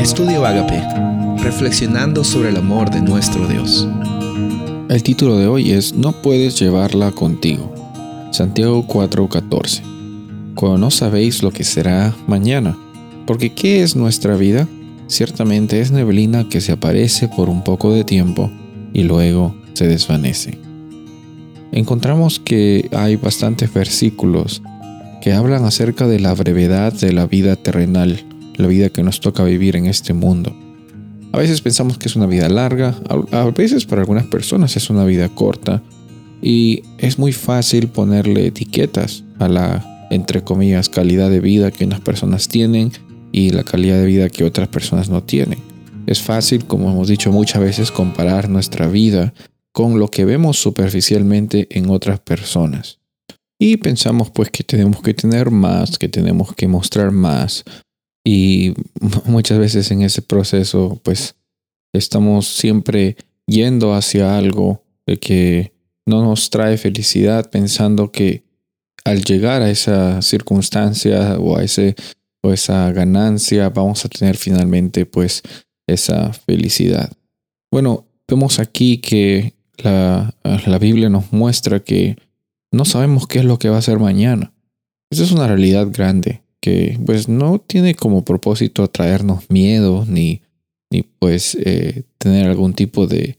Estudio Ágape, reflexionando sobre el amor de nuestro Dios. El título de hoy es No puedes llevarla contigo. Santiago 4:14. Cuando no sabéis lo que será mañana, porque ¿qué es nuestra vida? Ciertamente es neblina que se aparece por un poco de tiempo y luego se desvanece. Encontramos que hay bastantes versículos que hablan acerca de la brevedad de la vida terrenal, la vida que nos toca vivir en este mundo. A veces pensamos que es una vida larga, a veces para algunas personas es una vida corta, y es muy fácil ponerle etiquetas a la, entre comillas, calidad de vida que unas personas tienen y la calidad de vida que otras personas no tienen. Es fácil, como hemos dicho muchas veces, comparar nuestra vida con lo que vemos superficialmente en otras personas. Y pensamos pues que tenemos que tener más, que tenemos que mostrar más. Y muchas veces en ese proceso pues estamos siempre yendo hacia algo que no nos trae felicidad, pensando que al llegar a esa circunstancia o esa ganancia vamos a tener finalmente pues esa felicidad. Bueno, vemos aquí que la Biblia nos muestra que no sabemos qué es lo que va a ser mañana. Esa es una realidad grande que pues no tiene como propósito traernos miedo ni pues tener algún tipo de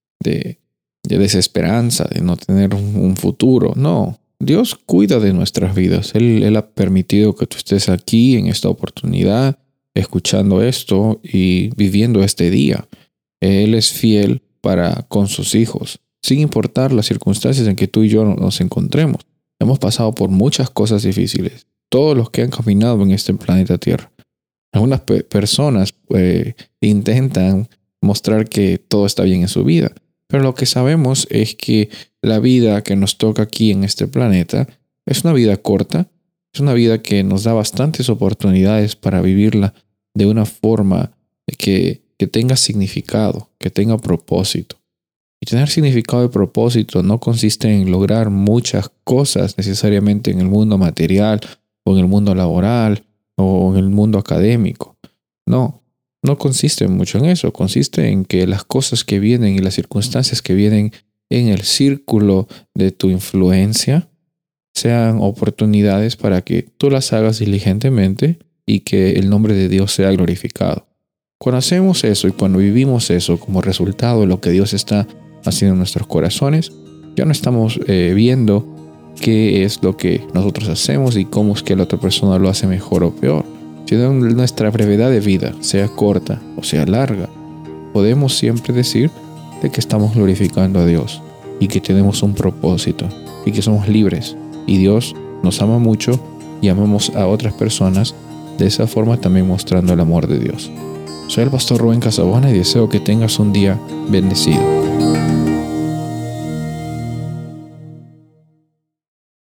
desesperanza, de no tener un futuro. No, Dios cuida de nuestras vidas. Él ha permitido que tú estés aquí en esta oportunidad, escuchando esto y viviendo este día. Él es fiel para con sus hijos, sin importar las circunstancias en que tú y yo nos encontremos. Hemos pasado por muchas cosas difíciles, todos los que han caminado en este planeta Tierra. Algunas personas intentan mostrar que todo está bien en su vida, pero lo que sabemos es que la vida que nos toca aquí en este planeta es una vida corta, es una vida que nos da bastantes oportunidades para vivirla de una forma que tenga significado, que tenga propósito. Y tener significado y propósito no consiste en lograr muchas cosas necesariamente en el mundo material o en el mundo laboral o en el mundo académico. No consiste mucho en eso. Consiste en que las cosas que vienen y las circunstancias que vienen en el círculo de tu influencia sean oportunidades para que tú las hagas diligentemente y que el nombre de Dios sea glorificado. Cuando hacemos eso y cuando vivimos eso como resultado de lo que Dios está haciendo en nuestros corazones, ya no estamos viendo qué es lo que nosotros hacemos y cómo es que la otra persona lo hace mejor o peor. Si nuestra brevedad de vida, sea corta o sea larga, podemos siempre decir de que estamos glorificando a Dios y que tenemos un propósito y que somos libres. Y Dios nos ama mucho y amamos a otras personas de esa forma, también mostrando el amor de Dios. Soy el pastor Rubén Casabona y deseo que tengas un día bendecido.